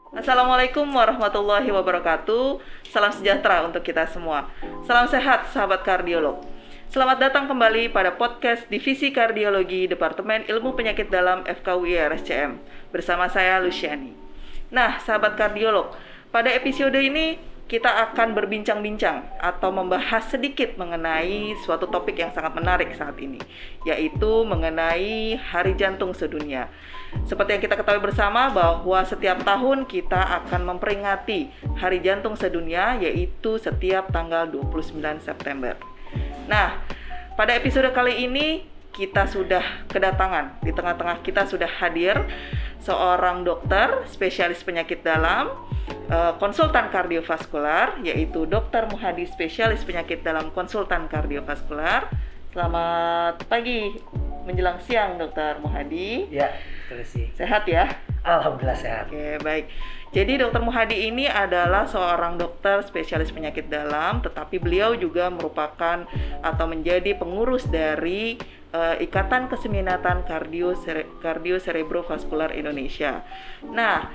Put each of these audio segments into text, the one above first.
Assalamualaikum warahmatullahi wabarakatuh. Salam sejahtera untuk kita semua. Salam sehat sahabat kardiolog. Selamat datang kembali pada podcast Divisi Kardiologi Departemen Ilmu Penyakit Dalam FKUI RSCM bersama saya Luciani. Nah, sahabat kardiolog, pada episode ini kita akan berbincang-bincang atau membahas sedikit mengenai suatu topik yang sangat menarik saat ini, yaitu mengenai Hari Jantung Sedunia. Seperti yang kita ketahui bersama bahwa setiap tahun kita akan memperingati Hari Jantung Sedunia, yaitu setiap tanggal 29 September. Nah, pada episode kali ini kita sudah kedatangan, di tengah-tengah kita sudah hadir seorang dokter spesialis penyakit dalam, konsultan kardiovaskular, yaitu Dr. Muhadi, spesialis penyakit dalam konsultan kardiovaskular. Selamat pagi menjelang siang, Dr. Muhadi. Ya, terus sih. Sehat ya? Alhamdulillah sehat. Oke, baik. Jadi Dr. Muhadi ini adalah seorang dokter spesialis penyakit dalam, tetapi beliau juga merupakan atau menjadi pengurus dari Ikatan Keseminatan Kardioserebrovaskular Indonesia. Nah,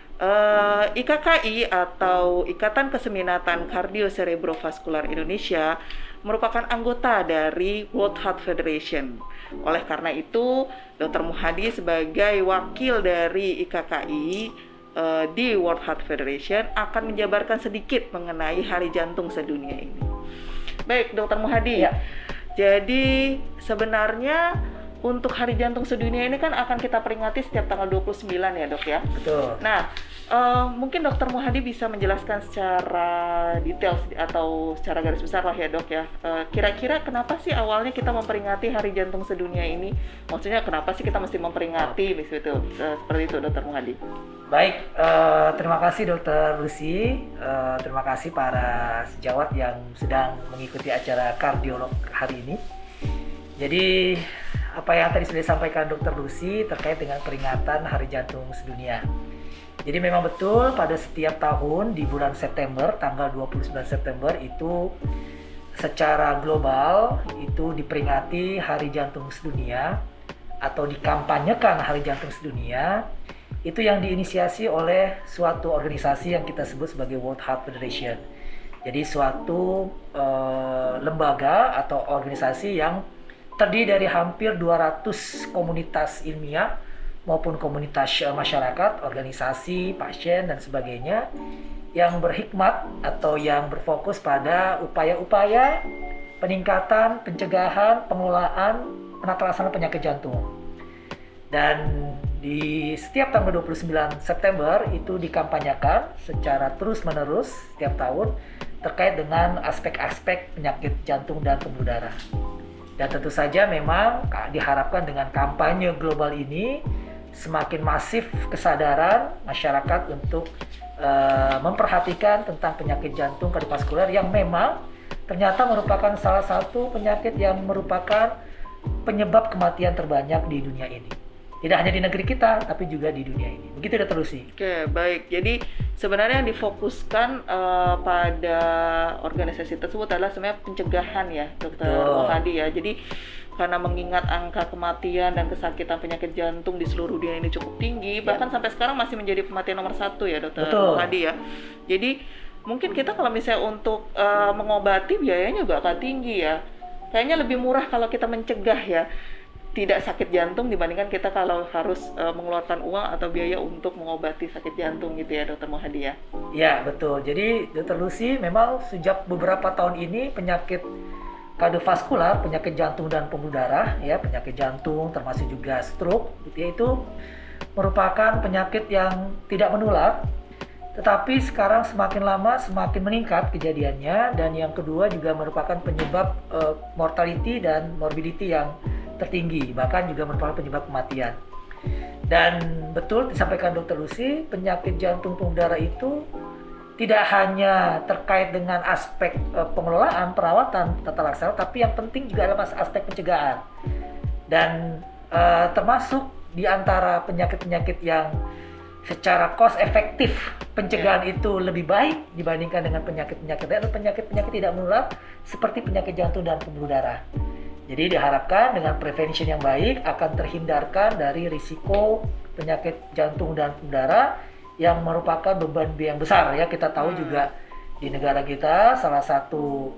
IKKI atau Ikatan Keseminatan Kardioserebrovaskular Indonesia merupakan anggota dari World Heart Federation. Oleh karena itu, Dr. Muhadi sebagai wakil dari IKKI di World Heart Federation akan menjabarkan sedikit mengenai Hari Jantung Sedunia ini. Baik, Dr. Muhadi. Ya. Jadi sebenarnya untuk Hari Jantung Sedunia ini kan akan kita peringati setiap tanggal 29 ya, Dok ya? Betul. Nah, mungkin Dr. Muhadi bisa menjelaskan secara detail atau secara garis besar lah ya, Dok ya. Kira-kira kenapa sih awalnya kita memperingati Hari Jantung Sedunia ini? Maksudnya kenapa sih kita mesti memperingati begitu? Seperti itu, Dr. Muhadi. Baik, terima kasih Dr. Lucy. Terima kasih para sejawat yang sedang mengikuti acara kardiolog hari ini. Jadi, apa yang tadi sudah disampaikan Dr. Lucy terkait dengan peringatan Hari Jantung Sedunia. Jadi memang betul pada setiap tahun di bulan September, tanggal 29 September itu secara global itu diperingati Hari Jantung Sedunia atau dikampanyekan Hari Jantung Sedunia. Itu yang diinisiasi oleh suatu organisasi yang kita sebut sebagai World Heart Federation. Jadi suatu lembaga atau organisasi yang terdiri dari hampir 200 komunitas ilmiah maupun komunitas masyarakat, organisasi, pasien, dan sebagainya yang berhikmat atau yang berfokus pada upaya-upaya peningkatan, pencegahan, pengelolaan, penata laksanaan penyakit jantung. Dan di setiap tanggal 29 September itu dikampanyekan secara terus-menerus setiap tahun terkait dengan aspek-aspek penyakit jantung dan pembuluh darah. Dan tentu saja memang diharapkan dengan kampanye global ini semakin masif kesadaran masyarakat untuk memperhatikan tentang penyakit jantung kardiovaskular yang memang ternyata merupakan salah satu penyakit yang merupakan penyebab kematian terbanyak di dunia ini. Tidak hanya di negeri kita, tapi juga di dunia ini. Begitu Dr. Lucy. Oke, baik. Jadi sebenarnya yang difokuskan pada organisasi tersebut adalah sebenarnya pencegahan ya, Dr. Muhadi ya. Jadi karena mengingat angka kematian dan kesakitan penyakit jantung di seluruh dunia ini cukup tinggi, bahkan sampai sekarang masih menjadi kematian nomor 1 ya, Dr. Muhadi ya. Jadi mungkin kita kalau misalnya untuk mengobati biayanya juga akan tinggi ya. Kayaknya lebih murah kalau kita mencegah ya, tidak sakit jantung dibandingkan kita kalau harus mengeluarkan uang atau biaya untuk mengobati sakit jantung gitu ya, Dr. Muhadi ya. Ya, betul. Jadi Dr. Lucy memang sejak beberapa tahun ini penyakit kardiovaskular, penyakit jantung dan pembuluh darah ya, penyakit jantung termasuk juga stroke gitu ya, itu merupakan penyakit yang tidak menular. Tetapi sekarang semakin lama semakin meningkat kejadiannya, dan yang kedua juga merupakan penyebab mortality dan morbidity yang tertinggi, bahkan juga merupakan penyebab kematian. Dan betul disampaikan Dr. Lucy, penyakit jantung pembuluh darah itu tidak hanya terkait dengan aspek pengelolaan, perawatan, tata laksana, tapi yang penting juga adalah aspek pencegahan. Dan termasuk di antara penyakit-penyakit yang secara cost efektif pencegahan itu lebih baik dibandingkan dengan penyakit-penyakit lain atau penyakit-penyakit tidak menular seperti penyakit jantung dan pembuluh darah. Jadi diharapkan dengan prevention yang baik akan terhindarkan dari risiko penyakit jantung dan pembuluh darah yang merupakan beban biaya yang besar ya. Kita tahu juga di negara kita salah satu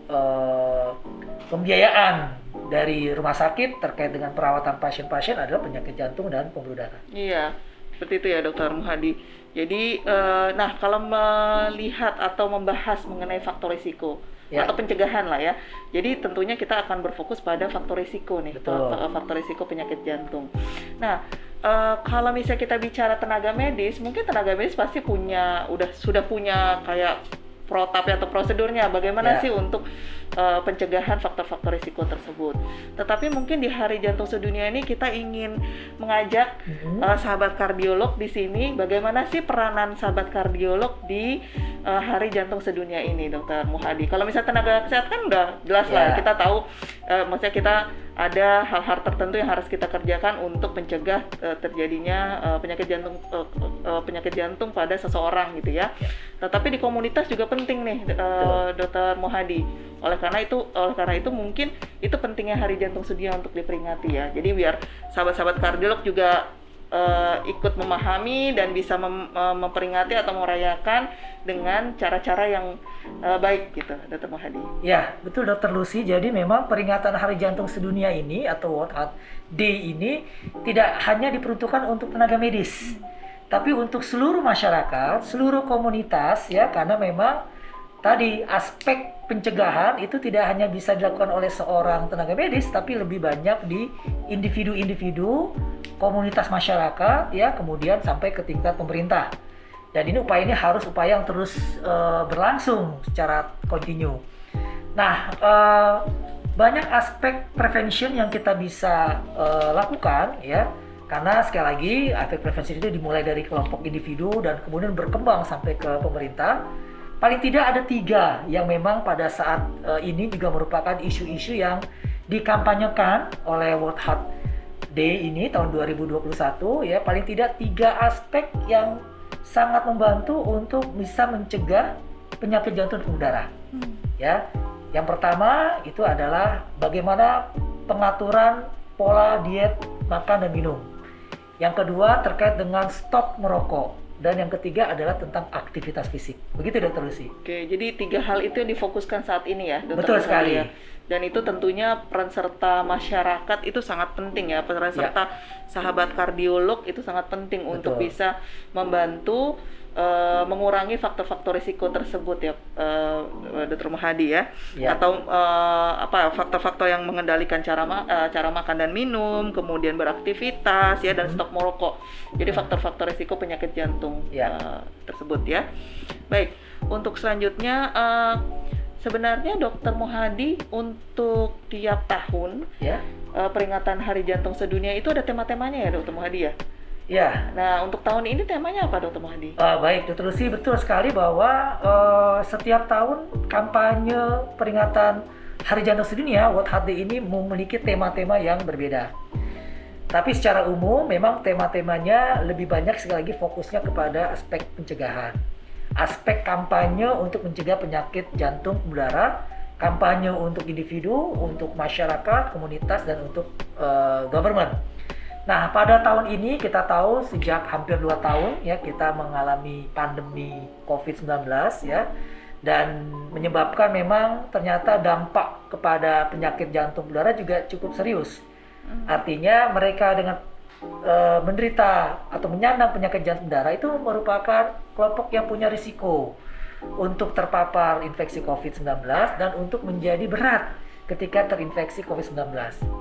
pembiayaan dari rumah sakit terkait dengan perawatan pasien-pasien adalah penyakit jantung dan pembuluh darah. Iya, seperti itu ya Dokter Muhadi. Jadi, nah kalau melihat atau membahas mengenai faktor risiko atau pencegahan lah ya. Jadi tentunya kita akan berfokus pada faktor risiko nih, faktor risiko penyakit jantung. Nah, kalau misalnya kita bicara tenaga medis, mungkin tenaga medis pasti sudah punya kayak protap atau prosedurnya bagaimana sih untuk pencegahan faktor-faktor risiko tersebut. Tetapi mungkin di Hari Jantung Sedunia ini kita ingin mengajak sahabat kardiolog di sini, bagaimana sih peranan sahabat kardiolog di Hari Jantung Sedunia ini, Dokter Muhadi. Kalau misalnya tenaga kesehatan kan udah jelas lah, kita tahu maksudnya kita ada hal-hal tertentu yang harus kita kerjakan untuk mencegah terjadinya penyakit jantung pada seseorang gitu ya. Tetapi di komunitas juga penting nih, Dokter Muhadi. Oleh karena itu mungkin itu pentingnya Hari Jantung Sedunia untuk diperingati ya. Jadi biar sahabat-sahabat kardiolog juga ikut memahami dan bisa memperingati atau merayakan dengan cara-cara yang baik gitu, Dr. Muhadi. Ya, betul Dr. Lucy. Jadi memang peringatan Hari Jantung Sedunia ini atau World Heart Day ini tidak hanya diperuntukkan untuk tenaga medis, tapi untuk seluruh masyarakat, seluruh komunitas ya, karena memang tadi aspek pencegahan itu tidak hanya bisa dilakukan oleh seorang tenaga medis, tapi lebih banyak di individu-individu, komunitas masyarakat ya, kemudian sampai ke tingkat pemerintah. Dan ini upaya ini harus upaya yang terus berlangsung secara kontinu. Nah, banyak aspek prevention yang kita bisa lakukan ya, karena sekali lagi aspek prevention itu dimulai dari kelompok individu dan kemudian berkembang sampai ke pemerintah. Paling tidak ada 3 yang memang pada saat ini juga merupakan isu-isu yang dikampanyekan oleh World Heart Day ini tahun 2021 ya. Paling tidak 3 aspek yang sangat membantu untuk bisa mencegah penyakit jantung dan pembuluh darah. Ya. Yang pertama itu adalah bagaimana pengaturan pola diet makan dan minum. Yang kedua terkait dengan stop merokok. Dan yang ketiga adalah tentang aktivitas fisik. Begitu Dr. Lucy. Oke, jadi 3 hal itu yang difokuskan saat ini ya, Dr. Betul sekali. Ya. Dan itu tentunya peran serta masyarakat itu sangat penting ya. Peran serta sahabat kardiolog itu sangat penting untuk bisa membantu mengurangi faktor-faktor risiko tersebut ya, Dr. Muhadi ya. Atau faktor-faktor yang mengendalikan cara makan dan minum, kemudian beraktivitas ya, dan stop merokok. Jadi faktor-faktor risiko penyakit jantung tersebut ya. Baik, untuk selanjutnya sebenarnya Dr. Muhadi untuk tiap tahun peringatan Hari Jantung Sedunia itu ada tema-temanya ya, Dr. Muhadi ya? Ya. Nah, untuk tahun ini temanya apa, Dr. Muhadi? Baik, Dr. Lucy, betul sekali bahwa setiap tahun kampanye peringatan Hari Jantung Sedunia World Heart Day ini memiliki tema-tema yang berbeda. Tapi secara umum memang tema-temanya lebih banyak sekali lagi fokusnya kepada aspek pencegahan. Aspek kampanye untuk mencegah penyakit jantung pembuluh darah, kampanye untuk individu, untuk masyarakat, komunitas, dan untuk government. Nah, pada tahun ini kita tahu sejak hampir 2 tahun ya kita mengalami pandemi COVID-19 ya, dan menyebabkan memang ternyata dampak kepada penyakit jantung pembuluh darah juga cukup serius. Artinya mereka dengan menderita atau menyandang penyakit jantung darah itu merupakan kelompok yang punya risiko untuk terpapar infeksi COVID-19 dan untuk menjadi berat ketika terinfeksi COVID-19.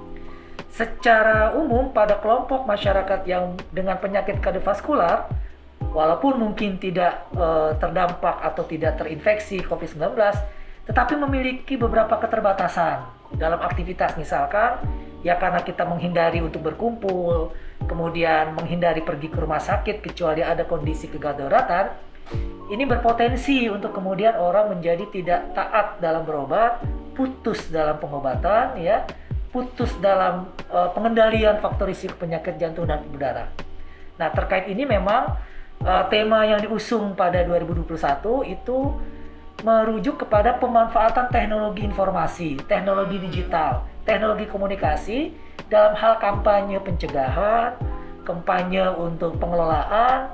Secara umum pada kelompok masyarakat yang dengan penyakit kardiovaskular, walaupun mungkin tidak terdampak atau tidak terinfeksi COVID-19, tetapi memiliki beberapa keterbatasan dalam aktivitas, misalkan ya karena kita menghindari untuk berkumpul, kemudian menghindari pergi ke rumah sakit kecuali ada kondisi kedaruratan, ini berpotensi untuk kemudian orang menjadi tidak taat dalam berobat, putus dalam pengobatan ya, putus dalam pengendalian faktor risiko penyakit jantung dan pembuluh darah. Nah, terkait ini memang tema yang diusung pada 2021 itu merujuk kepada pemanfaatan teknologi informasi, teknologi digital, teknologi komunikasi dalam hal kampanye pencegahan, kampanye untuk pengelolaan,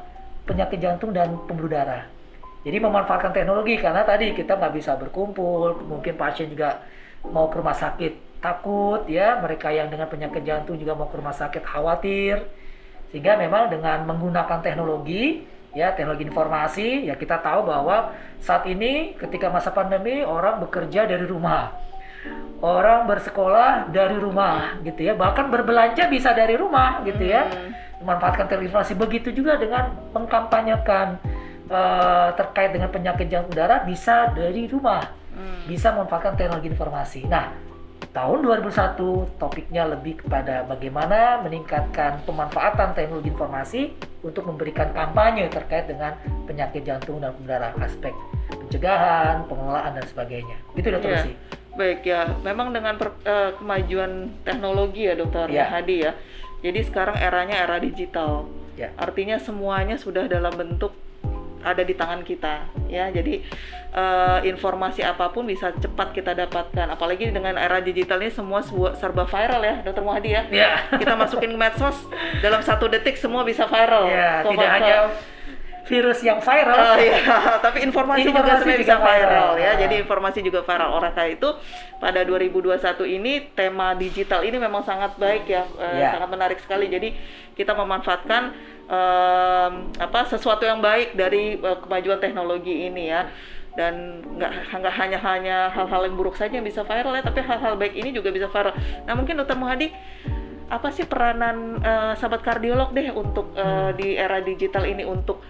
penyakit jantung dan pembuluh darah. Jadi memanfaatkan teknologi karena tadi kita nggak bisa berkumpul, mungkin pasien juga mau ke rumah sakit takut ya, mereka yang dengan penyakit jantung juga mau ke rumah sakit khawatir. Sehingga memang dengan menggunakan teknologi, ya teknologi informasi, ya kita tahu bahwa saat ini ketika masa pandemi orang bekerja dari rumah, orang bersekolah dari rumah, gitu ya, bahkan berbelanja bisa dari rumah, gitu ya, memanfaatkan teknologi informasi. Begitu juga dengan mengkampanyekan terkait dengan penyakit jantung darah bisa dari rumah, bisa memanfaatkan teknologi informasi. Nah, tahun 2001 topiknya lebih kepada bagaimana meningkatkan pemanfaatan teknologi informasi untuk memberikan kampanye terkait dengan penyakit jantung dan pembuluh darah, aspek pencegahan, pengelolaan dan sebagainya. Itu Dr. Lucy. Baik ya, memang dengan kemajuan teknologi ya Dr. Hadi ya. Jadi sekarang eranya era digital. Ya. Artinya semuanya sudah dalam bentuk ada di tangan kita ya. Jadi informasi apapun bisa cepat kita dapatkan. Apalagi dengan era digital ini semua serba viral ya Dr. Muhadi ya. Kita masukin medsos dalam 1 detik semua bisa viral. Ya, tidak hanya virus yang viral, tapi informasi juga sebenarnya bisa viral ya. Jadi informasi juga viral. Oleh karena itu pada 2021 ini tema digital ini memang sangat baik ya, sangat menarik sekali. Jadi kita memanfaatkan sesuatu yang baik dari kemajuan teknologi ini ya. Dan nggak hanya hal-hal yang buruk saja yang bisa viral ya, tapi hal-hal baik ini juga bisa viral. Nah mungkin Dr. Muhadi, apa sih peranan sahabat kardiolog deh untuk di era digital ini untuk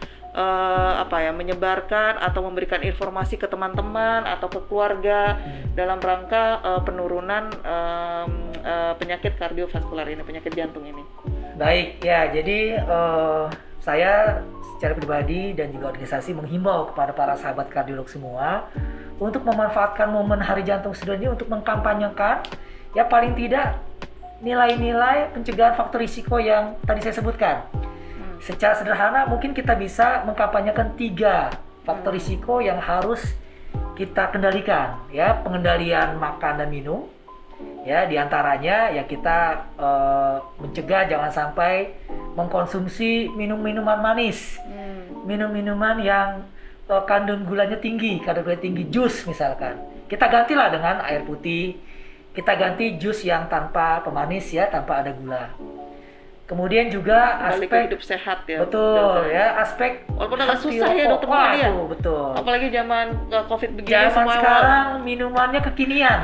menyebarkan atau memberikan informasi ke teman-teman atau ke keluarga dalam rangka penurunan penyakit kardiovaskular ini, penyakit jantung ini? Baik ya, jadi saya secara pribadi dan juga organisasi menghimbau kepada para sahabat kardiolog semua untuk memanfaatkan momen Hari Jantung Sedunia untuk mengkampanyekan ya paling tidak nilai-nilai pencegahan faktor risiko yang tadi saya sebutkan. Secara sederhana mungkin kita bisa mengkampanyekan 3 faktor risiko yang harus kita kendalikan ya, pengendalian makan dan minum. Ya, diantaranya ya kita mencegah jangan sampai mengkonsumsi minum-minuman manis, minum-minuman yang kandung gulanya tinggi, jus misalkan. Kita gantilah dengan air putih, kita ganti jus yang tanpa pemanis ya, tanpa ada gula. Kemudian juga aspek hidup sehat ya. Betul ya, aspek walaupun agak susah ya Dokter Muhadi ya. Betul. Apalagi zaman Covid begini, zaman sekarang minumannya kekinian.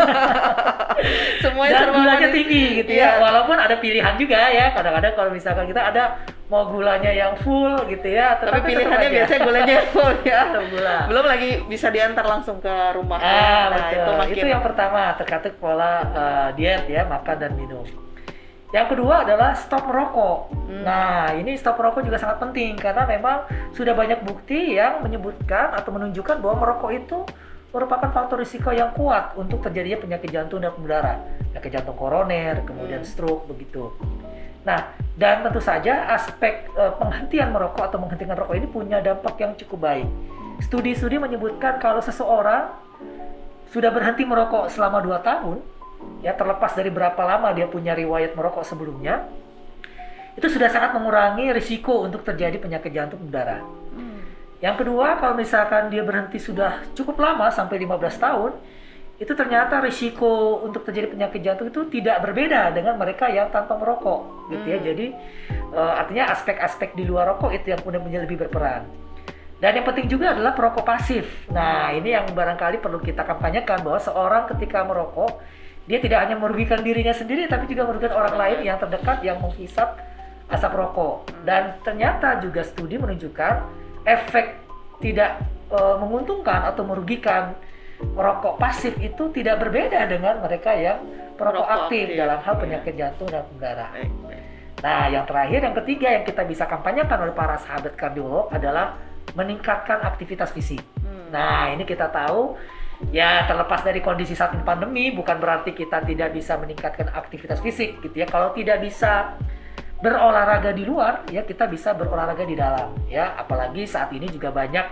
Semuanya dan gulanya tinggi gitu ya. Walaupun ada pilihan juga ya. Kadang-kadang kalau misalkan kita ada mau gulanya yang full gitu ya. Tapi pilihannya biasanya gulanya full ya. Gula. Belum lagi bisa diantar langsung ke rumah. Betul. Itu yang pertama terkait pola diet ya, makan dan minum. Yang kedua adalah stop merokok. Nah, ini stop merokok juga sangat penting karena memang sudah banyak bukti yang menyebutkan atau menunjukkan bahwa merokok itu merupakan faktor risiko yang kuat untuk terjadinya penyakit jantung dan pembuluh darah, penyakit jantung koroner, kemudian stroke begitu. Nah, dan tentu saja aspek penghentian merokok atau menghentikan rokok ini punya dampak yang cukup baik. Studi-studi menyebutkan kalau seseorang sudah berhenti merokok selama 2 tahun, ya terlepas dari berapa lama dia punya riwayat merokok sebelumnya, itu sudah sangat mengurangi risiko untuk terjadi penyakit jantung pembuluh darah. Yang kedua, kalau misalkan dia berhenti sudah cukup lama sampai 15 tahun, itu ternyata risiko untuk terjadi penyakit jantung itu tidak berbeda dengan mereka yang tanpa merokok, gitu ya. Jadi artinya aspek-aspek di luar rokok itu yang kemudian lebih berperan. Dan yang penting juga adalah perokok pasif. Nah, ini yang barangkali perlu kita kampanyekan bahwa seorang ketika merokok dia tidak hanya merugikan dirinya sendiri, tapi juga merugikan orang lain yang terdekat yang menghisap asap rokok. Dan ternyata juga studi menunjukkan efek tidak menguntungkan atau merugikan merokok pasif itu tidak berbeda dengan mereka yang perokok aktif dalam hal penyakit jantung dan pembuluh darah. Nah, yang terakhir, yang ketiga yang kita bisa kampanyekan oleh para sahabat kardiolog adalah meningkatkan aktivitas fisik. Nah, ini kita tahu ya terlepas dari kondisi saat ini pandemi, bukan berarti kita tidak bisa meningkatkan aktivitas fisik gitu ya. Kalau tidak bisa berolahraga di luar, ya kita bisa berolahraga di dalam ya. Apalagi saat ini juga banyak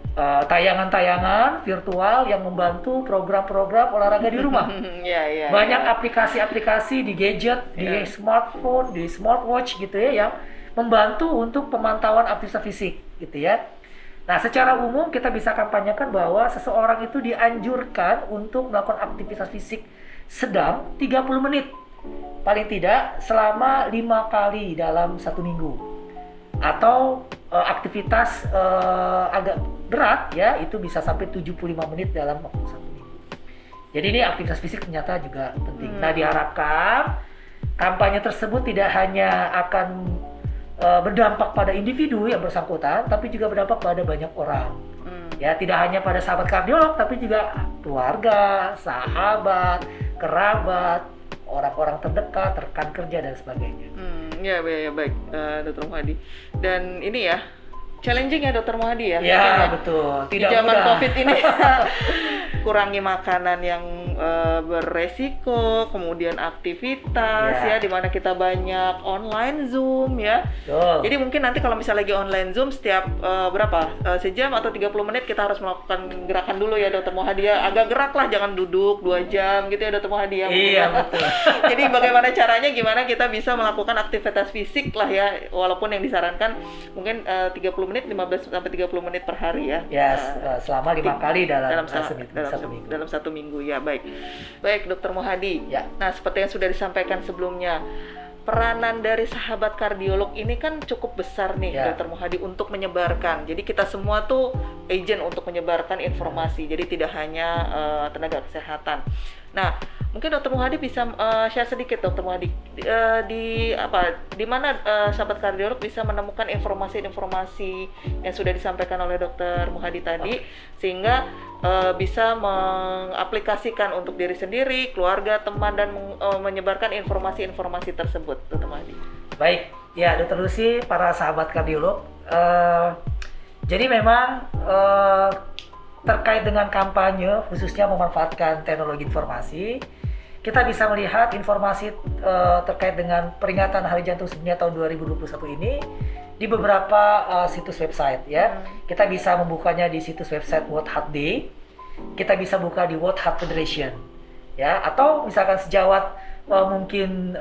tayangan-tayangan virtual yang membantu program-program olahraga di rumah. Banyak aplikasi-aplikasi di gadget, di smartphone, di smartwatch gitu ya, yang membantu untuk pemantauan aktivitas fisik gitu ya. Nah, secara umum kita bisa kampanyekan bahwa seseorang itu dianjurkan untuk melakukan aktivitas fisik sedang 30 menit. Paling tidak selama 5 kali dalam 1 minggu. Atau aktivitas agak berat ya, itu bisa sampai 75 menit dalam waktu 1 minggu. Jadi ini aktivitas fisik ternyata juga penting. Nah, diharapkan kampanye tersebut tidak hanya akan berdampak pada individu yang bersangkutan, tapi juga berdampak pada banyak orang. Ya, tidak hanya pada sahabat kardiolog, tapi juga keluarga, sahabat, kerabat, orang-orang terdekat, rekan kerja dan sebagainya. Ya baik, Dr. Muhadi. Dan ini ya, challenging ya Dr. Muhadi ya. Ya, betul. Tidak di zaman mudah. COVID ini kurangi makanan yang beresiko, kemudian aktivitas ya, dimana kita banyak online Zoom ya. Betul. Jadi mungkin nanti kalau misalnya lagi online Zoom setiap sejam atau 30 menit kita harus melakukan gerakan dulu ya Dr. Muhadi ya. Agak gerak lah, jangan duduk 2 jam gitu ya Dr. Muhadi ya. Iya, betul. Jadi bagaimana caranya, gimana kita bisa melakukan aktivitas fisik lah ya, walaupun yang disarankan mungkin 30 menit, 15 sampai 30 menit per hari ya. Ya, selama 5 kali dalam 1 minggu. Dalam 1 minggu ya, baik Dr. Muhadi. Ya. Nah, seperti yang sudah disampaikan sebelumnya, peranan dari sahabat kardiolog ini kan cukup besar nih Dr. Muhadi untuk menyebarkan. Jadi kita semua tuh agent untuk menyebarkan informasi. Jadi tidak hanya tenaga kesehatan. Nah, mungkin Dr. Muhadi bisa share sedikit Dr. Muhadi di mana sahabat kardiolog bisa menemukan informasi-informasi yang sudah disampaikan oleh Dr. Muhadi tadi, sehingga bisa mengaplikasikan untuk diri sendiri, keluarga, teman, dan menyebarkan informasi-informasi tersebut, Dr. Muhadi. Baik, ya Dr. Lucy, para sahabat kardiolog, jadi memang terkait dengan kampanye, khususnya memanfaatkan teknologi informasi, kita bisa melihat informasi terkait dengan peringatan Hari Jantung Sedunia tahun 2021 ini di beberapa situs website ya. Kita bisa membukanya di situs website World Heart Day, kita bisa buka di World Heart Federation ya, atau misalkan sejawat mungkin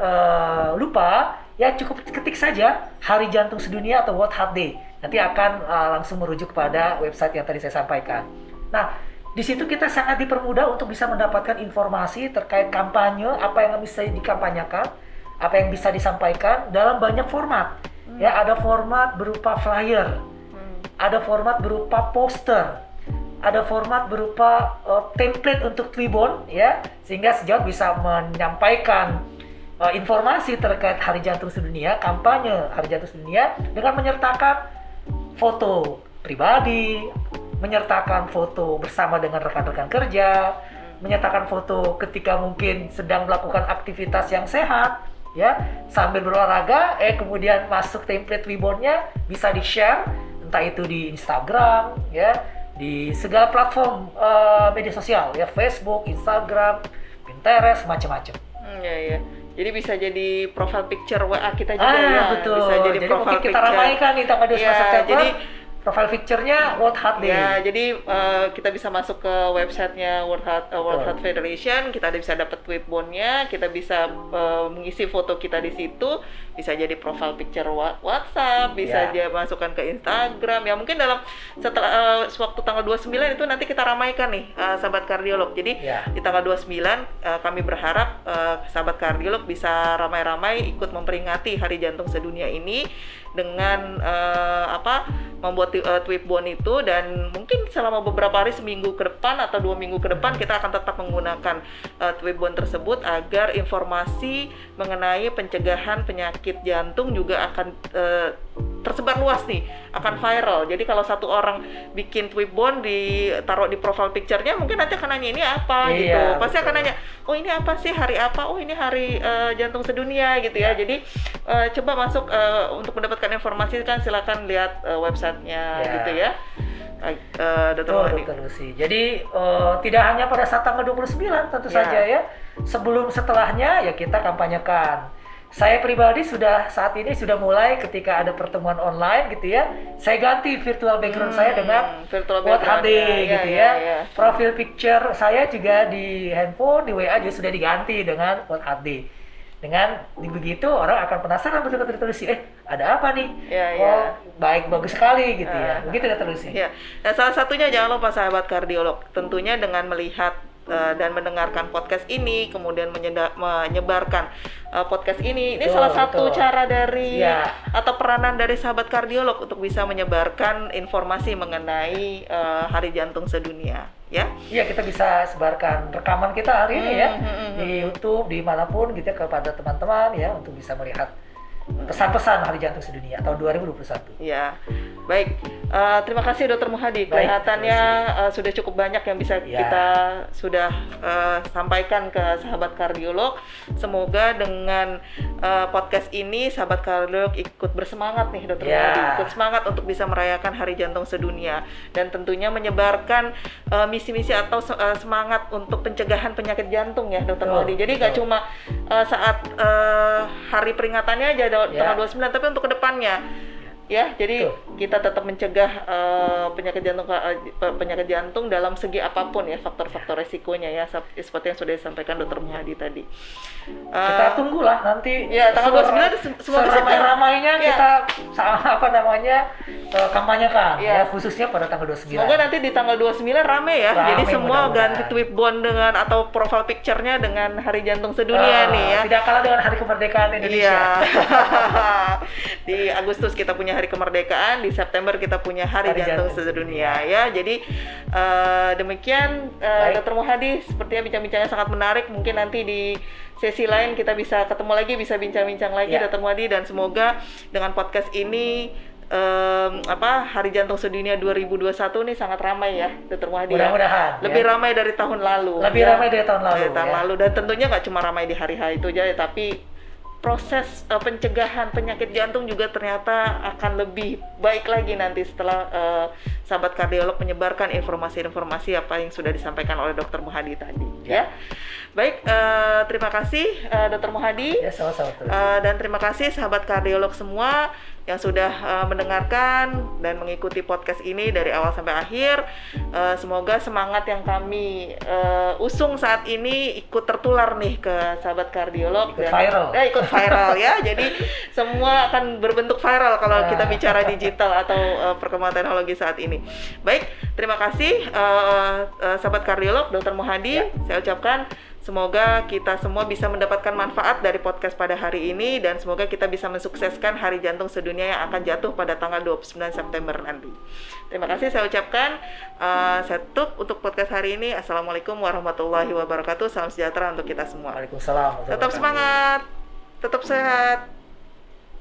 lupa ya, cukup ketik saja Hari Jantung Sedunia atau World Heart Day, nanti akan langsung merujuk kepada website yang tadi saya sampaikan. Nah, di situ kita sangat dipermudah untuk bisa mendapatkan informasi terkait kampanye, apa yang bisa dikampanyekan, apa yang bisa disampaikan dalam banyak format. Ya, ada format berupa flyer, ada format berupa poster, ada format berupa template untuk Tribun ya, sehingga sejawat bisa menyampaikan informasi terkait Hari Jantung Sedunia, kampanye Hari Jantung Sedunia dengan menyertakan foto pribadi, menyertakan foto bersama dengan rekan-rekan kerja, menyertakan foto ketika mungkin sedang melakukan aktivitas yang sehat, ya, sambil berolahraga, kemudian masuk template Tribunnya, bisa di-share, entah itu di Instagram, ya, di segala platform media sosial, ya, Facebook, Instagram, Pinterest, macam-macam. Ya. Jadi bisa jadi profile picture WA kita juga ya. Betul. Bisa jadi profile kita ramaikan nih tanggal 21 September. Jadi profile picture-nya World Heart Day. Ya, jadi kita bisa masuk ke websitenya World Heart Federation, kita bisa dapat tweetbone-nya, kita bisa mengisi foto kita di situ, bisa jadi profile picture WhatsApp, bisa aja masukkan ke Instagram. Ya mungkin dalam setelah waktu tanggal 29 itu nanti kita ramaikan nih sahabat kardiolog. Jadi di tanggal 29 kami berharap sahabat kardiolog bisa ramai-ramai ikut memperingati Hari Jantung Sedunia ini dengan membuat tweetbone itu, dan mungkin selama beberapa hari, seminggu ke depan atau 2 minggu ke depan kita akan tetap menggunakan tweetbone tersebut agar informasi mengenai pencegahan penyakit jantung juga akan tersebar luas nih, akan viral. Jadi kalau satu orang bikin tweetbone ditaruh di profile picture-nya, mungkin nanti akan nanya ini apa gitu. Pasti akan nanya, oh ini apa sih, hari apa? Oh ini Hari Jantung Sedunia gitu ya. Jadi coba masuk untuk mendapatkan informasi kan silakan lihat websitenya gitu ya. Dr. Lucy. Jadi tidak hanya pada saat tanggal 29 tentu saja ya. Sebelum setelahnya ya kita kampanyekan. Saya pribadi saat ini sudah mulai ketika ada pertemuan online gitu ya, saya ganti virtual background saya dengan World Heart Day gitu ya. Profil picture saya juga di handphone, di WA juga sudah diganti dengan World Heart Day. Dengan begitu orang akan penasaran betul Dr. Lucy, ada apa nih? Ya. Bagus sekali gitu ya. Begitu Dr. Lucy. Ya. Nah, salah satunya jangan lupa sahabat kardiolog, tentunya dengan melihat dan mendengarkan podcast ini, kemudian menyebarkan podcast ini salah satu cara dari atau peranan dari sahabat kardiolog untuk bisa menyebarkan informasi mengenai Hari Jantung Sedunia, ya. Iya, kita bisa sebarkan rekaman kita hari ini ya di YouTube, dimanapun gitu ya, kepada teman-teman ya, untuk bisa melihat pesan-pesan Hari Jantung Sedunia tahun 2021. Ya, baik. Terima kasih Dr. Muhadi. Kelihatannya sudah cukup banyak yang bisa kita sudah sampaikan ke sahabat kardiolog. Semoga dengan podcast ini sahabat kardiolog ikut bersemangat nih Dr. Muhadi, ikut semangat untuk bisa merayakan Hari Jantung Sedunia dan tentunya menyebarkan misi-misi atau semangat untuk pencegahan penyakit jantung ya Dr. Muhadi. Jadi nggak cuma saat hari peringatannya aja tanggal 29, tapi untuk kedepannya. Ya, jadi kita tetap mencegah penyakit jantung dalam segi apapun ya, faktor-faktor resikonya ya, seperti yang sudah disampaikan Dr. Muhadi tadi. Kita tunggulah nanti ya tanggal 29 semoga ramai-ramainya kita kampanyekan ya, khususnya pada tanggal 29. Semoga nanti di tanggal 29 rame ya. Jadi semua ganti tweet bond dengan atau profile picture-nya dengan Hari Jantung Sedunia nih ya. Tidak kalah dengan Hari Kemerdekaan Indonesia. Di Agustus kita punya Hari Kemerdekaan, di September kita punya Hari Jantung Sedunia ya. Jadi demikian Dr. Muhadi, sepertinya bincang-bincangnya sangat menarik. Mungkin nanti di sesi lain kita bisa ketemu lagi, bisa bincang-bincang lagi Dr. Muhadi, dan semoga dengan podcast ini Hari Jantung Sedunia 2021 nih sangat ramai ya Dr. Muhadi. Mudah-mudahan lebih ramai dari tahun lalu. Ramai dari tahun lalu. Dan tentunya nggak cuma ramai di hari-hari itu aja, tapi proses pencegahan penyakit jantung juga ternyata akan lebih baik lagi nanti setelah sahabat kardiolog menyebarkan informasi-informasi apa yang sudah disampaikan oleh Dr. Muhadi tadi ya. Baik, terima kasih Dr. Muhadi. Ya, sama-sama. Dan terima kasih sahabat kardiolog semua yang sudah mendengarkan dan mengikuti podcast ini dari awal sampai akhir. Semoga semangat yang kami usung saat ini ikut tertular nih ke sahabat kardiolog, ikut viral ya. Jadi semua akan berbentuk viral kalau kita bicara digital atau perkembangan teknologi saat ini. Baik, terima kasih sahabat kardiolog Dr. Muhadi. Saya ucapkan semoga kita semua bisa mendapatkan manfaat dari podcast pada hari ini, dan semoga kita bisa mensukseskan Hari Jantung Sedunia yang akan jatuh pada tanggal 29 September nanti. Terima kasih saya ucapkan. Saya tutup untuk podcast hari ini. Assalamualaikum warahmatullahi wabarakatuh. Salam sejahtera untuk kita semua. Waalaikumsalam. Tetap semangat, tetap sehat.